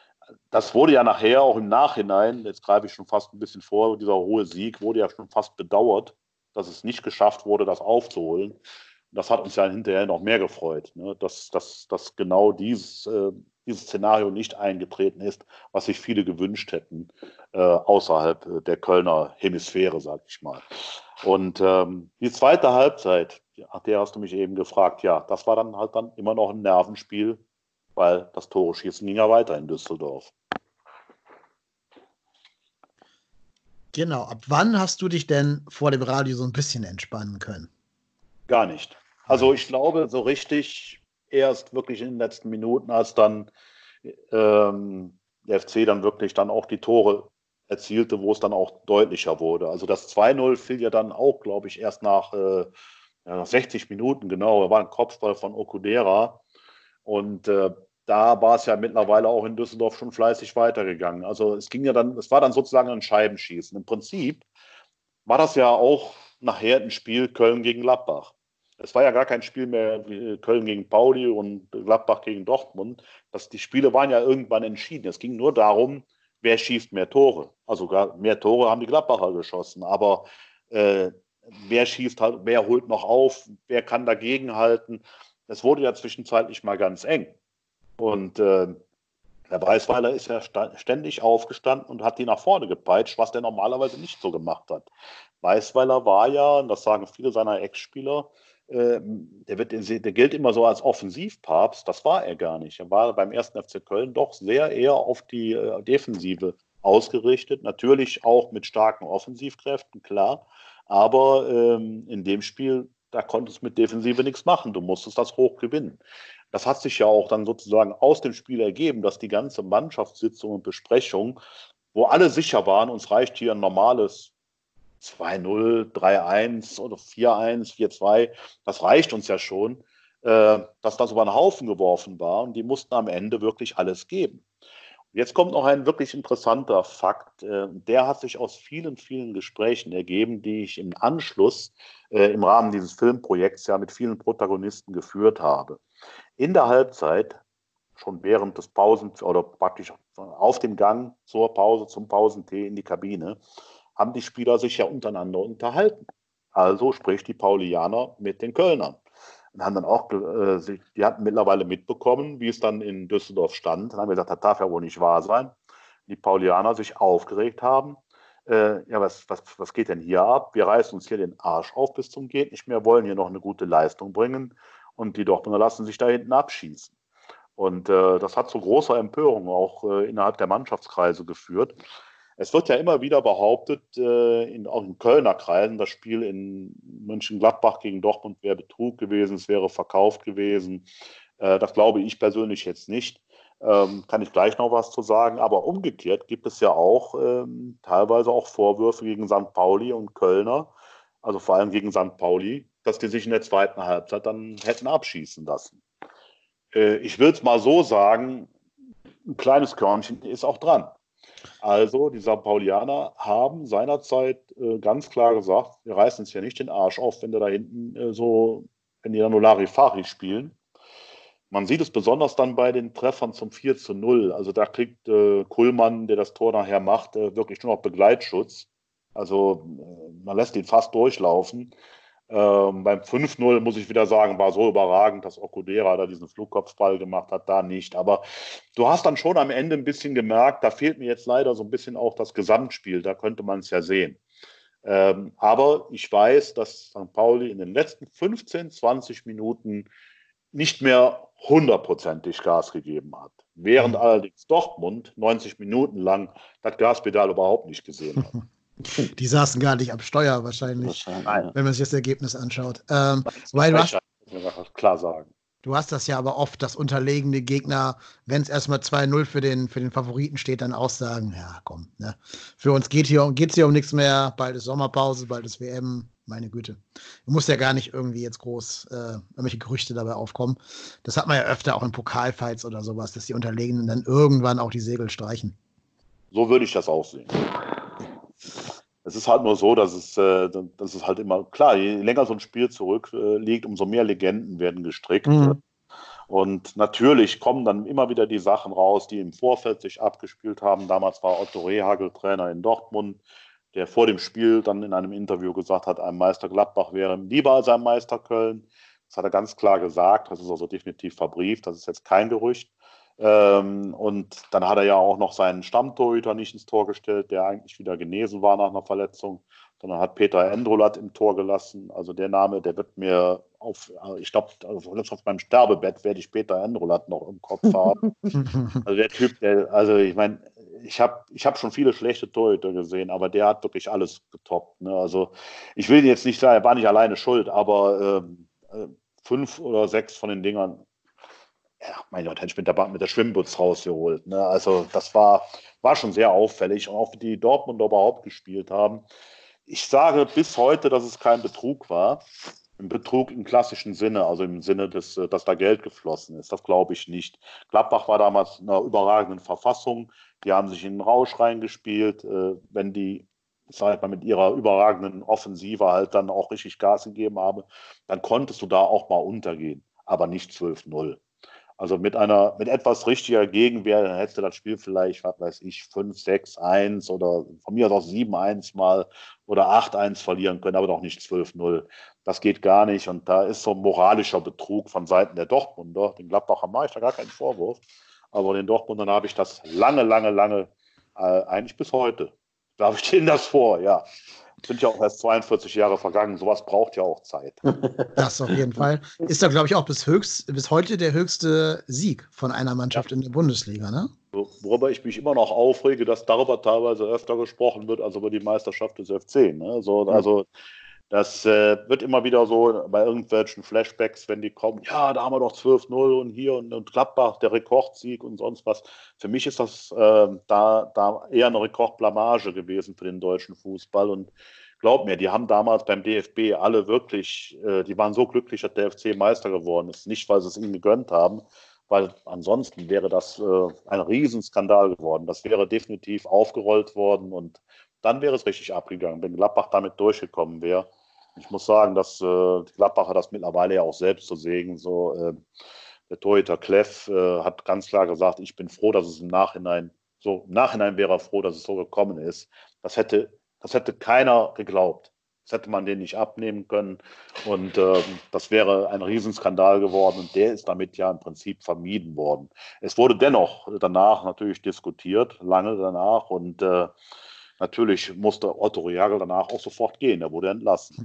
das wurde ja nachher auch im Nachhinein, jetzt greife ich schon fast ein bisschen vor, dieser hohe Sieg wurde ja schon fast bedauert, dass es nicht geschafft wurde, das aufzuholen. Das hat uns ja hinterher noch mehr gefreut, ne? dass, dass, dass genau dieses, äh, dieses Szenario nicht eingetreten ist, was sich viele gewünscht hätten, äh, außerhalb der Kölner Hemisphäre, sag ich mal. Und ähm, die zweite Halbzeit, nach der hast du mich eben gefragt, ja, das war dann halt dann immer noch ein Nervenspiel, weil das Tore-Schießen ging ja weiter in Düsseldorf. Genau. Ab wann hast du dich denn vor dem Radio so ein bisschen entspannen können? Gar nicht. Also ich glaube, so richtig erst wirklich in den letzten Minuten, als dann ähm, der F C dann wirklich dann auch die Tore erzielte, wo es dann auch deutlicher wurde. Also das zwei null fiel ja dann auch, glaube ich, erst nach äh, ja, nach sechzig Minuten, genau, war ein Kopfball von Okudera. Und äh, da war es ja mittlerweile auch in Düsseldorf schon fleißig weitergegangen. Also es ging ja dann, es war dann sozusagen ein Scheibenschießen. Im Prinzip war das ja auch nachher ein Spiel Köln gegen Gladbach. Es war ja gar kein Spiel mehr wie Köln gegen Pauli und Gladbach gegen Dortmund. Das, die Spiele waren ja irgendwann entschieden. Es ging nur darum, wer schießt mehr Tore. Also gar mehr Tore haben die Gladbacher geschossen. Aber äh, wer schießt halt, wer holt noch auf, wer kann dagegenhalten. Es wurde ja zwischenzeitlich mal ganz eng. Und äh, der Weißweiler ist ja ständig aufgestanden und hat die nach vorne gepeitscht, was der normalerweise nicht so gemacht hat. Weißweiler war ja, und das sagen viele seiner Ex-Spieler, äh, der, wird, der gilt immer so als Offensivpapst. Das war er gar nicht. Er war beim ersten F C Köln doch sehr eher auf die äh, Defensive ausgerichtet. Natürlich auch mit starken Offensivkräften, klar. Aber ähm, in dem Spiel, da konntest du mit Defensive nichts machen. Du musstest das hoch gewinnen. Das hat sich ja auch dann sozusagen aus dem Spiel ergeben, dass die ganze Mannschaftssitzung und Besprechung, wo alle sicher waren, uns reicht hier ein normales zwei null, drei eins oder vier eins, vier zwei, das reicht uns ja schon, äh, dass das über den Haufen geworfen war und die mussten am Ende wirklich alles geben. Jetzt kommt noch ein wirklich interessanter Fakt, äh, der hat sich aus vielen, vielen Gesprächen ergeben, die ich im Anschluss äh, im Rahmen dieses Filmprojekts ja mit vielen Protagonisten geführt habe. In der Halbzeit, schon während des Pausen oder praktisch auf dem Gang zur Pause, zum Pausentee in die Kabine, haben die Spieler sich ja untereinander unterhalten. Also sprich die Paulianer mit den Kölnern. Und haben dann auch, äh, die hatten mittlerweile mitbekommen, wie es dann in Düsseldorf stand. Dann haben wir gesagt, das darf ja wohl nicht wahr sein. Die Paulianer sich aufgeregt haben. Äh, ja, was, was, was geht denn hier ab? Wir reißen uns hier den Arsch auf bis zum Geht nicht mehr, wollen hier noch eine gute Leistung bringen. Und die Dortmunder lassen sich da hinten abschießen. Und äh, das hat zu großer Empörung auch äh, innerhalb der Mannschaftskreise geführt. Es wird ja immer wieder behauptet, äh, in, auch in Kölner Kreisen, das Spiel in Mönchengladbach gegen Dortmund wäre Betrug gewesen, es wäre verkauft gewesen. Äh, das glaube ich persönlich jetzt nicht. Ähm, kann ich gleich noch was zu sagen. Aber umgekehrt gibt es ja auch ähm, teilweise auch Vorwürfe gegen Sankt Pauli und Kölner, also vor allem gegen Sankt Pauli, dass die sich in der zweiten Halbzeit dann hätten abschießen lassen. Äh, ich will es mal so sagen, ein kleines Körnchen ist auch dran. Also die Sankt Paulianer haben seinerzeit äh, ganz klar gesagt, wir reißen uns ja nicht den Arsch auf, wenn wir da hinten äh, so, wenn die da nur Larifari spielen. Man sieht es besonders dann bei den Treffern zum vier zu null. Also da kriegt äh, Kuhlmann, der das Tor nachher macht, äh, wirklich nur noch Begleitschutz. Also äh, man lässt ihn fast durchlaufen. Ähm, beim fünf null muss ich wieder sagen, war so überragend, dass Okudera da diesen Flugkopfball gemacht hat, da nicht. Aber du hast dann schon am Ende ein bisschen gemerkt, da fehlt mir jetzt leider so ein bisschen auch das Gesamtspiel, da könnte man es ja sehen. Ähm, aber ich weiß, dass Sankt Pauli in den letzten fünfzehn, zwanzig Minuten nicht mehr hundertprozentig Gas gegeben hat. Während mhm. allerdings Dortmund neunzig Minuten lang das Gaspedal überhaupt nicht gesehen hat. Die saßen gar nicht am Steuer wahrscheinlich, wahrscheinlich. wenn man sich das Ergebnis anschaut. Ähm, weil du, hast, klar sagen. du hast das ja aber oft, dass unterlegene Gegner, wenn es erstmal zwei null für den, für den Favoriten steht, dann auch sagen, ja komm, ne? Für uns geht hier, geht's hier um nichts mehr, bald ist Sommerpause, bald ist W M, meine Güte. Du musst ja gar nicht irgendwie jetzt groß äh, irgendwelche Gerüchte dabei aufkommen. Das hat man ja öfter auch in Pokalfights oder sowas, dass die Unterlegenen dann irgendwann auch die Segel streichen. So würde ich das auch sehen. Es ist halt nur so, dass es, äh, dass es halt immer, klar, je länger so ein Spiel zurückliegt, äh, umso mehr Legenden werden gestrickt. Mhm. Und natürlich kommen dann immer wieder die Sachen raus, die im Vorfeld sich abgespielt haben. Damals war Otto Rehhagel Trainer in Dortmund, der vor dem Spiel dann in einem Interview gesagt hat, ein Meister Gladbach wäre ihm lieber als ein Meister Köln. Das hat er ganz klar gesagt, das ist also definitiv verbrieft, das ist jetzt kein Gerücht. Ähm, und dann hat er ja auch noch seinen Stammtorhüter nicht ins Tor gestellt, der eigentlich wieder genesen war nach einer Verletzung, sondern hat Peter Endrolat im Tor gelassen. Also der Name, der wird mir auf, ich glaube, auf meinem Sterbebett werde ich Peter Endrolat noch im Kopf haben. Also der Typ, der, also ich meine, ich habe ich hab schon viele schlechte Torhüter gesehen, aber der hat wirklich alles getoppt. Ne? Also ich will jetzt nicht sagen, er war nicht alleine schuld, aber äh, fünf oder sechs von den Dingern, ja, mein Gott, hätte ich mit der, mit der Schwimmbutz rausgeholt. Ne? Also das war, war schon sehr auffällig. Und auch wie die Dortmunder überhaupt gespielt haben. Ich sage bis heute, dass es kein Betrug war. ein Betrug im klassischen Sinne, also im Sinne, des, dass da Geld geflossen ist. Das glaube ich nicht. Gladbach war damals in einer überragenden Verfassung. Die haben sich in den Rausch reingespielt. Wenn die, sag ich mal, mit ihrer überragenden Offensive halt dann auch richtig Gas gegeben haben, dann konntest du da auch mal untergehen, aber nicht zwölf null. Also mit einer, mit etwas richtiger Gegenwehr, dann hättest du das Spiel vielleicht, was weiß ich, fünf sechs eins oder von mir aus auch sieben eins mal oder acht eins verlieren können, aber doch nicht zwölf null. Das geht gar nicht. Und da ist so ein moralischer Betrug von Seiten der Dortmunder. Den Gladbacher mache ich da gar keinen Vorwurf. Aber den Dortmundern habe ich das lange, lange, lange, äh, eigentlich bis heute, darf ich denen das vor, ja. Sind ja auch erst zweiundvierzig Jahre vergangen. Sowas braucht ja auch Zeit. Das auf jeden Fall. Ist da, glaube ich, auch bis, höchst, bis heute der höchste Sieg von einer Mannschaft ja. in der Bundesliga, ne? Worüber ich mich immer noch aufrege, dass darüber teilweise öfter gesprochen wird, als über die Meisterschaft des F C. Ne? So, also das äh, wird immer wieder so bei irgendwelchen Flashbacks, wenn die kommen, ja, da haben wir doch zwölf null und hier und, und Gladbach, der Rekordsieg und sonst was. Für mich ist das äh, da, da eher eine Rekordblamage gewesen für den deutschen Fußball. Und glaub mir, die haben damals beim D F B alle wirklich, äh, die waren so glücklich, dass der F C Meister geworden ist. Nicht, weil sie es ihnen gegönnt haben, weil ansonsten wäre das äh, ein Riesenskandal geworden. Das wäre definitiv aufgerollt worden und dann wäre es richtig abgegangen, wenn Gladbach damit durchgekommen wäre. Ich muss sagen, dass äh, die Gladbacher das mittlerweile ja auch selbst zu sehen. So, äh, der Torhüter Kleff äh, hat ganz klar gesagt, ich bin froh, dass es im Nachhinein, so im Nachhinein wäre er froh, dass es so gekommen ist. Das hätte, das hätte keiner geglaubt. Das hätte man denen nicht abnehmen können. Und äh, das wäre ein Riesenskandal geworden. Und der ist damit ja im Prinzip vermieden worden. Es wurde dennoch danach natürlich diskutiert, lange danach. Und äh, natürlich musste Otto Rehhagel danach auch sofort gehen. Er wurde entlassen.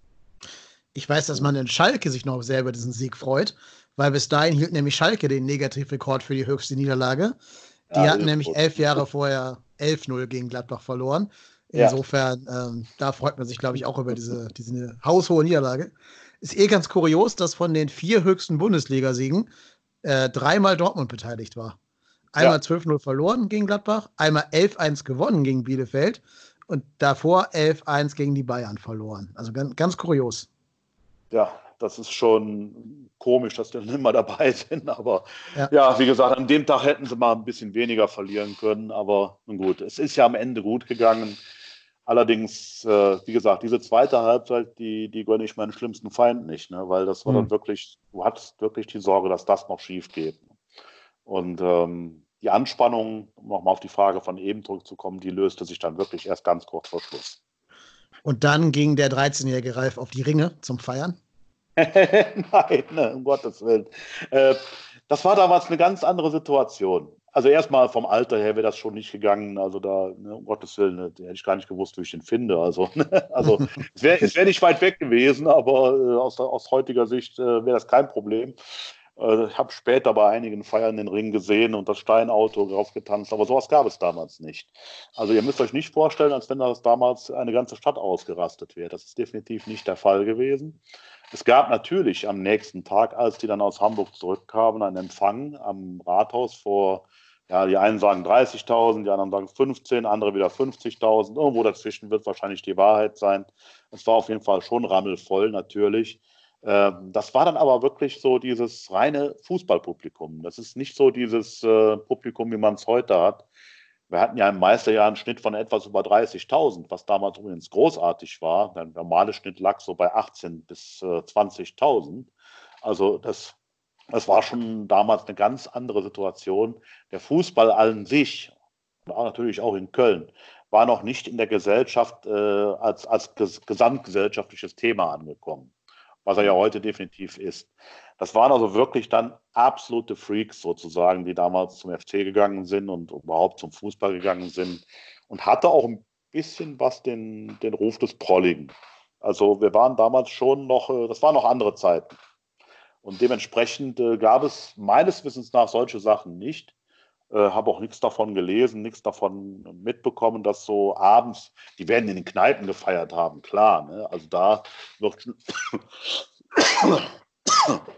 Ich weiß, dass man in Schalke sich noch sehr über diesen Sieg freut, weil bis dahin hielt nämlich Schalke den Negativrekord für die höchste Niederlage. Die ja, hatten nämlich gut. elf Jahre vorher elf null gegen Gladbach verloren. Insofern, ja. ähm, da freut man sich, glaube ich, auch über diese, diese haushohe Niederlage. Ist eh ganz kurios, dass von den vier höchsten Bundesligasiegen äh, dreimal Dortmund beteiligt war. Einmal ja. zwölf null verloren gegen Gladbach, einmal elf eins gewonnen gegen Bielefeld und davor elf eins gegen die Bayern verloren. Also ganz, ganz kurios. Ja, das ist schon komisch, dass die nicht mehr dabei sind. Aber ja. ja, wie gesagt, an dem Tag hätten sie mal ein bisschen weniger verlieren können. Aber nun gut, es ist ja am Ende gut gegangen. Allerdings, äh, wie gesagt, diese zweite Halbzeit, die, die gönne ich meinen schlimmsten Feind nicht. Ne? Weil das war mhm. dann wirklich, du hattest wirklich die Sorge, dass das noch schief geht. Und ähm, die Anspannung, um nochmal auf die Frage von eben zurückzukommen, die löste sich dann wirklich erst ganz kurz vor Schluss. Und dann ging der dreizehnjährige Ralf auf die Ringe zum Feiern? Nein, ne, um Gottes Willen. Äh, das war damals eine ganz andere Situation. Also erstmal vom Alter her wäre das schon nicht gegangen. Also da, ne, um Gottes Willen, ne, hätte ich gar nicht gewusst, wie ich den finde. Also, ne, also es wäre wär nicht weit weg gewesen, aber äh, aus, aus heutiger Sicht äh, wäre das kein Problem. Ich habe später bei einigen Feiern den Ring gesehen und das Steinauto drauf getanzt, aber sowas gab es damals nicht. Also ihr müsst euch nicht vorstellen, als wenn das damals eine ganze Stadt ausgerastet wäre. Das ist definitiv nicht der Fall gewesen. Es gab natürlich am nächsten Tag, als die dann aus Hamburg zurückkamen, einen Empfang am Rathaus vor, ja, die einen sagen dreißigtausend, die anderen sagen fünfzehn, andere wieder fünfzigtausend. Irgendwo dazwischen wird wahrscheinlich die Wahrheit sein. Es war auf jeden Fall schon rammelvoll natürlich. Das war dann aber wirklich so dieses reine Fußballpublikum. Das ist nicht so dieses äh, Publikum, wie man es heute hat. Wir hatten ja im Meisterjahr einen Schnitt von etwas über dreißigtausend, was damals übrigens großartig war. Der normale Schnitt lag so bei achtzehn bis zwanzigtausend. Also das, das war schon damals eine ganz andere Situation. Der Fußball an sich, und auch natürlich auch in Köln, war noch nicht in der Gesellschaft äh, als, als ges- gesamtgesellschaftliches Thema angekommen. Was er ja heute definitiv ist. Das waren also wirklich dann absolute Freaks sozusagen, die damals zum F C gegangen sind und überhaupt zum Fußball gegangen sind und hatte auch ein bisschen was den, den Ruf des Prolligen. Also wir waren damals schon noch, das waren noch andere Zeiten. Und dementsprechend äh, gab es meines Wissens nach solche Sachen nicht. Äh, habe auch nichts davon gelesen, nichts davon mitbekommen, dass so abends, die werden in den Kneipen gefeiert haben, klar. Ne? Also da wird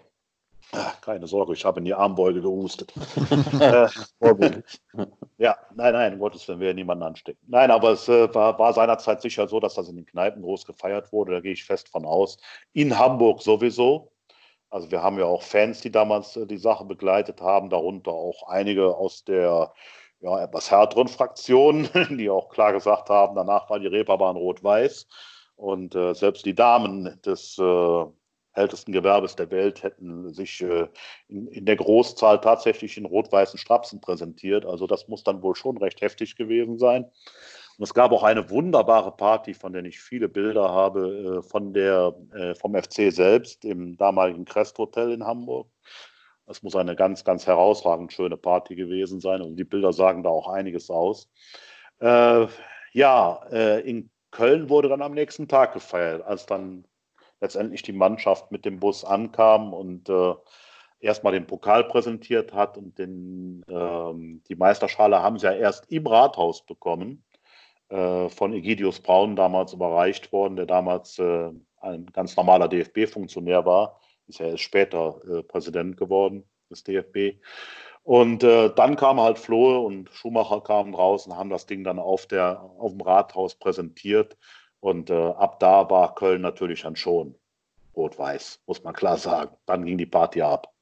keine Sorge, ich habe in die Armbeuge gehustet. äh, ja, Nein, nein, um Gottes Willen, wir werden niemanden anstecken. Nein, aber es äh, war, war seinerzeit sicher so, dass das in den Kneipen groß gefeiert wurde. Da gehe ich fest von aus. In Hamburg sowieso. Also wir haben ja auch Fans, die damals äh, die Sache begleitet haben, darunter auch einige aus der ja, etwas härteren Fraktion, die auch klar gesagt haben, danach war die Reeperbahn rot-weiß. Und äh, selbst die Damen des äh, ältesten Gewerbes der Welt hätten sich äh, in, in der Großzahl tatsächlich in rot-weißen Strapsen präsentiert. Also das muss dann wohl schon recht heftig gewesen sein. Und es gab auch eine wunderbare Party, von der ich viele Bilder habe, äh, von der, äh, vom F C selbst im damaligen Crest Hotel in Hamburg. Das muss eine ganz, ganz herausragend schöne Party gewesen sein. Und die Bilder sagen da auch einiges aus. Äh, ja, äh, in Köln wurde dann am nächsten Tag gefeiert, als dann letztendlich die Mannschaft mit dem Bus ankam und äh, erstmal den Pokal präsentiert hat. Und den, ähm, die Meisterschale haben sie ja erst im Rathaus bekommen, äh, von Egidius Braun damals überreicht worden, der damals äh, ein ganz normaler D F B-Funktionär war. Ist ja erst später äh, Präsident geworden des D F B. Und äh, dann kamen halt Flohe und Schumacher kamen raus und haben das Ding dann auf, der, auf dem Rathaus präsentiert. Und äh, ab da war Köln natürlich dann schon rot-weiß, muss man klar sagen. Dann ging die Party ab.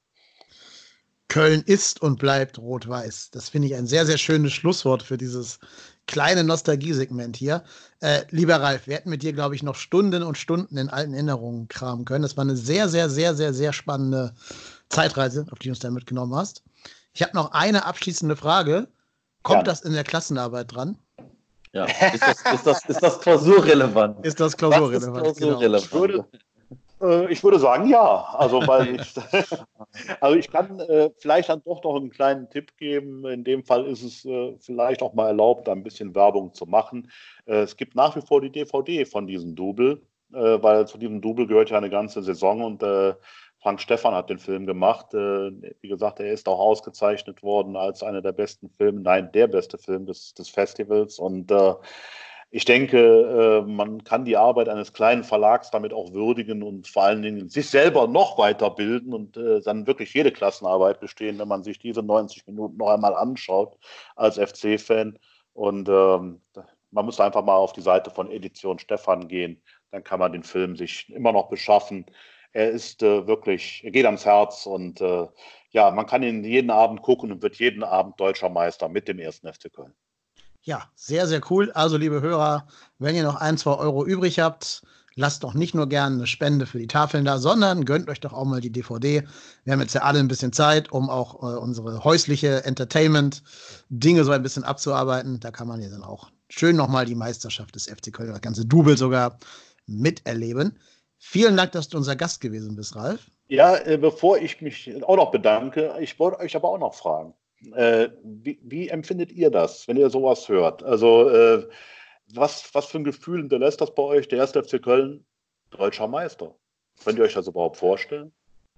Köln ist und bleibt rot-weiß. Das finde ich ein sehr, sehr schönes Schlusswort für dieses kleine Nostalgie-Segment hier. Äh, lieber Ralf, wir hätten mit dir, glaube ich, noch Stunden und Stunden in alten Erinnerungen kramen können. Das war eine sehr, sehr, sehr, sehr, sehr spannende Zeitreise, auf die du uns da mitgenommen hast. Ich habe noch eine abschließende Frage. Kommt ja. das in der Klassenarbeit dran? Ja, ist das, ist das, ist das klausurrelevant? Ist das klausurrelevant? Ist klausurrelevant? Genau. Ich, würde, äh, ich würde sagen, ja. Also, weil ich, also ich kann äh, vielleicht dann doch noch einen kleinen Tipp geben. In dem Fall ist es äh, vielleicht auch mal erlaubt, da ein bisschen Werbung zu machen. Äh, es gibt nach wie vor die D V D von diesem Double, äh, weil zu diesem Double gehört ja eine ganze Saison und äh, Frank Stephan hat den Film gemacht. Äh, wie gesagt, er ist auch ausgezeichnet worden als einer der besten Filme, nein, der beste Film des, des Festivals. Und äh, ich denke, äh, man kann die Arbeit eines kleinen Verlags damit auch würdigen und vor allen Dingen sich selber noch weiterbilden und äh, dann wirklich jede Klassenarbeit bestehen, wenn man sich diese neunzig Minuten noch einmal anschaut als F C-Fan. Und ähm, man muss einfach mal auf die Seite von Edition Stephan gehen. Dann kann man den Film sich immer noch beschaffen. Er ist äh, wirklich, er geht ans Herz und äh, ja, man kann ihn jeden Abend gucken und wird jeden Abend deutscher Meister mit dem ersten F C Köln. Ja, sehr, sehr cool. Also, liebe Hörer, wenn ihr noch ein, zwei Euro übrig habt, lasst doch nicht nur gerne eine Spende für die Tafeln da, sondern gönnt euch doch auch mal die D V D. Wir haben jetzt ja alle ein bisschen Zeit, um auch äh, unsere häusliche Entertainment-Dinge so ein bisschen abzuarbeiten. Da kann man ja dann auch schön nochmal die Meisterschaft des F C Köln, das ganze Double sogar, miterleben. Vielen Dank, dass du unser Gast gewesen bist, Ralf. Ja, äh, bevor ich mich auch noch bedanke, ich wollte euch aber auch noch fragen, äh, wie, wie empfindet ihr das, wenn ihr sowas hört? Also, äh, was, was für ein Gefühl hinterlässt das bei euch, der erste F C Köln, deutscher Meister? Könnt ihr euch das überhaupt vorstellen?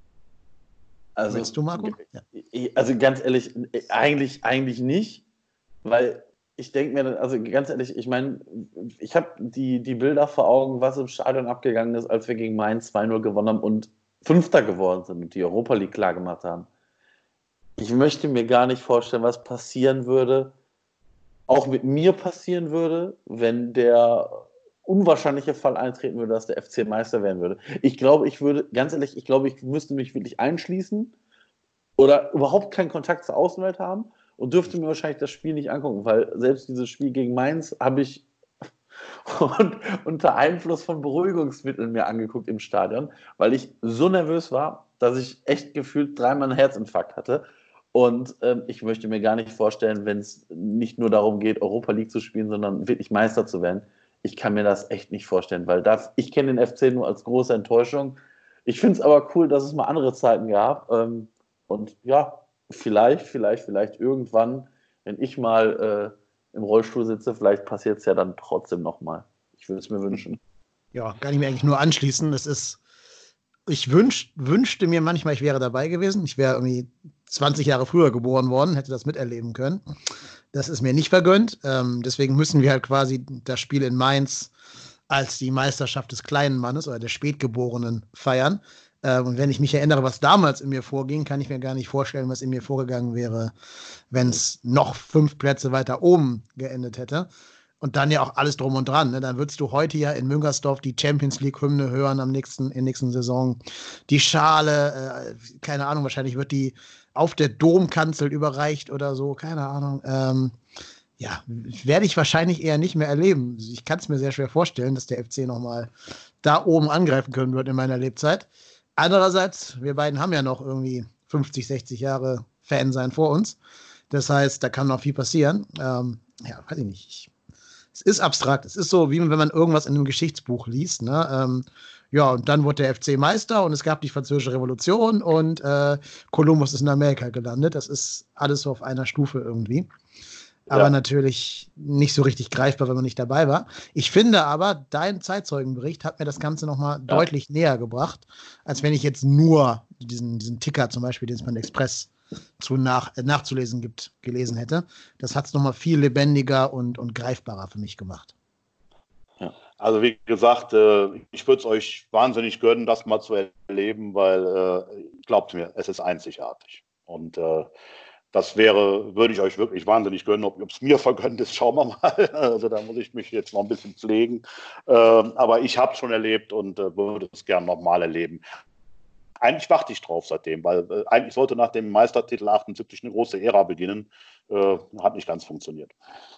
Also, Willst du, Marco? Ja. Also ganz ehrlich, eigentlich, eigentlich nicht, weil ich denke mir, also ganz ehrlich, ich meine, ich habe die, die Bilder vor Augen, was im Stadion abgegangen ist, als wir gegen Mainz zwei null gewonnen haben und Fünfter geworden sind und die Europa League klar gemacht haben. Ich möchte mir gar nicht vorstellen, was passieren würde, auch mit mir passieren würde, wenn der unwahrscheinliche Fall eintreten würde, dass der F C Meister werden würde. Ich glaube, ich würde, ganz ehrlich, ich glaube, ich müsste mich wirklich einschließen oder überhaupt keinen Kontakt zur Außenwelt haben und dürfte mir wahrscheinlich das Spiel nicht angucken, weil selbst dieses Spiel gegen Mainz habe ich und unter Einfluss von Beruhigungsmitteln mir angeguckt im Stadion, weil ich so nervös war, dass ich echt gefühlt dreimal einen Herzinfarkt hatte. Und ähm, ich möchte mir gar nicht vorstellen, wenn es nicht nur darum geht, Europa League zu spielen, sondern wirklich Meister zu werden. Ich kann mir das echt nicht vorstellen, weil das, ich kenne den F C nur als große Enttäuschung. Ich finde es aber cool, dass es mal andere Zeiten gab. Ähm, und ja, vielleicht, vielleicht, vielleicht irgendwann, wenn ich mal äh, im Rollstuhl sitze, vielleicht passiert es ja dann trotzdem nochmal. Ich würde es mir wünschen. Ja, kann ich mir eigentlich nur anschließen. Es ist, ich wünsch, wünschte mir manchmal, ich wäre dabei gewesen. Ich wäre irgendwie zwanzig Jahre früher geboren worden, hätte das miterleben können. Das ist mir nicht vergönnt. Ähm, deswegen müssen wir halt quasi das Spiel in Mainz als die Meisterschaft des kleinen Mannes oder der Spätgeborenen feiern. Ähm, und wenn ich mich erinnere, was damals in mir vorging, kann ich mir gar nicht vorstellen, was in mir vorgegangen wäre, wenn es noch fünf Plätze weiter oben geendet hätte. Und dann ja auch alles drum und dran. Ne? Dann würdest du heute ja in Müngersdorf die Champions League-Hymne hören am nächsten, in der nächsten Saison. Die Schale, äh, keine Ahnung, wahrscheinlich wird die auf der Domkanzel überreicht oder so, keine Ahnung. Ähm, ja, werde ich wahrscheinlich eher nicht mehr erleben. Ich kann es mir sehr schwer vorstellen, dass der F C nochmal da oben angreifen können wird in meiner Lebzeit. Andererseits, wir beiden haben ja noch irgendwie fünfzig, sechzig Jahre Fan-Sein vor uns. Das heißt, da kann noch viel passieren. Ähm, ja, weiß ich nicht. Ich, es ist abstrakt. Es ist so, wie wenn man irgendwas in einem Geschichtsbuch liest. Ne? Ähm, ja, und dann wurde der F C Meister und es gab die Französische Revolution und äh, Kolumbus ist in Amerika gelandet. Das ist alles so auf einer Stufe irgendwie. Aber ja. natürlich nicht so richtig greifbar, wenn man nicht dabei war. Ich finde aber, dein Zeitzeugenbericht hat mir das Ganze nochmal ja. deutlich näher gebracht, als wenn ich jetzt nur diesen, diesen Ticker zum Beispiel, den es beim Express zu nach, äh, nachzulesen gibt, gelesen hätte. Das hat es nochmal viel lebendiger und, und greifbarer für mich gemacht. Ja. Also wie gesagt, äh, ich würde es euch wahnsinnig gönnen, das mal zu erleben, weil, äh, glaubt mir, es ist einzigartig. Und äh, das wäre, würde ich euch wirklich wahnsinnig gönnen. Ob es mir vergönnt ist, schauen wir mal. Also da muss ich mich jetzt noch ein bisschen pflegen. Äh, aber ich habe es schon erlebt und äh, würde es gerne nochmal erleben. Eigentlich warte ich drauf seitdem, weil äh, eigentlich sollte nach dem Meistertitel achtundsiebzig eine große Ära beginnen. Äh, hat nicht ganz funktioniert.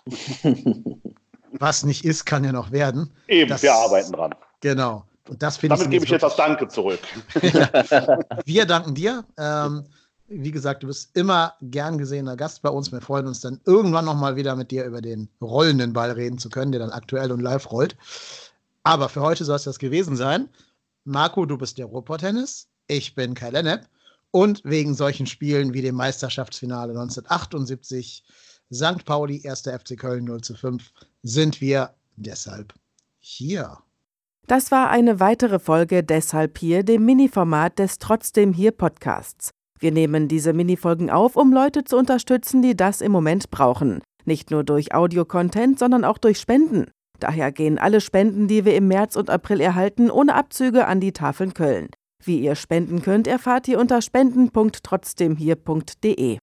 Was nicht ist, kann ja noch werden. Eben, das, wir arbeiten dran. Genau. Und das Damit gebe ich jetzt das Danke zurück. Ja. Wir danken dir. Ähm, wie gesagt, du bist immer gern gesehener Gast bei uns. Wir freuen uns dann irgendwann nochmal wieder mit dir über den rollenden Ball reden zu können, der dann aktuell und live rollt. Aber für heute soll es das gewesen sein. Marco, du bist der Ruhrpott-Tennis. Ich bin Kai Lennep. Und wegen solchen Spielen wie dem Meisterschaftsfinale neunzehnhundertachtundsiebzig, Sankt Pauli, erster F C Köln null zu fünf, sind wir deshalb hier. Das war eine weitere Folge Deshalb hier, dem Mini-Format des Trotzdem hier Podcasts. Wir nehmen diese Minifolgen auf, um Leute zu unterstützen, die das im Moment brauchen. Nicht nur durch Audio-Content, sondern auch durch Spenden. Daher gehen alle Spenden, die wir im März und April erhalten, ohne Abzüge an die Tafeln Köln. Wie ihr spenden könnt, erfahrt ihr unter spenden punkt trotzdemhier punkt de.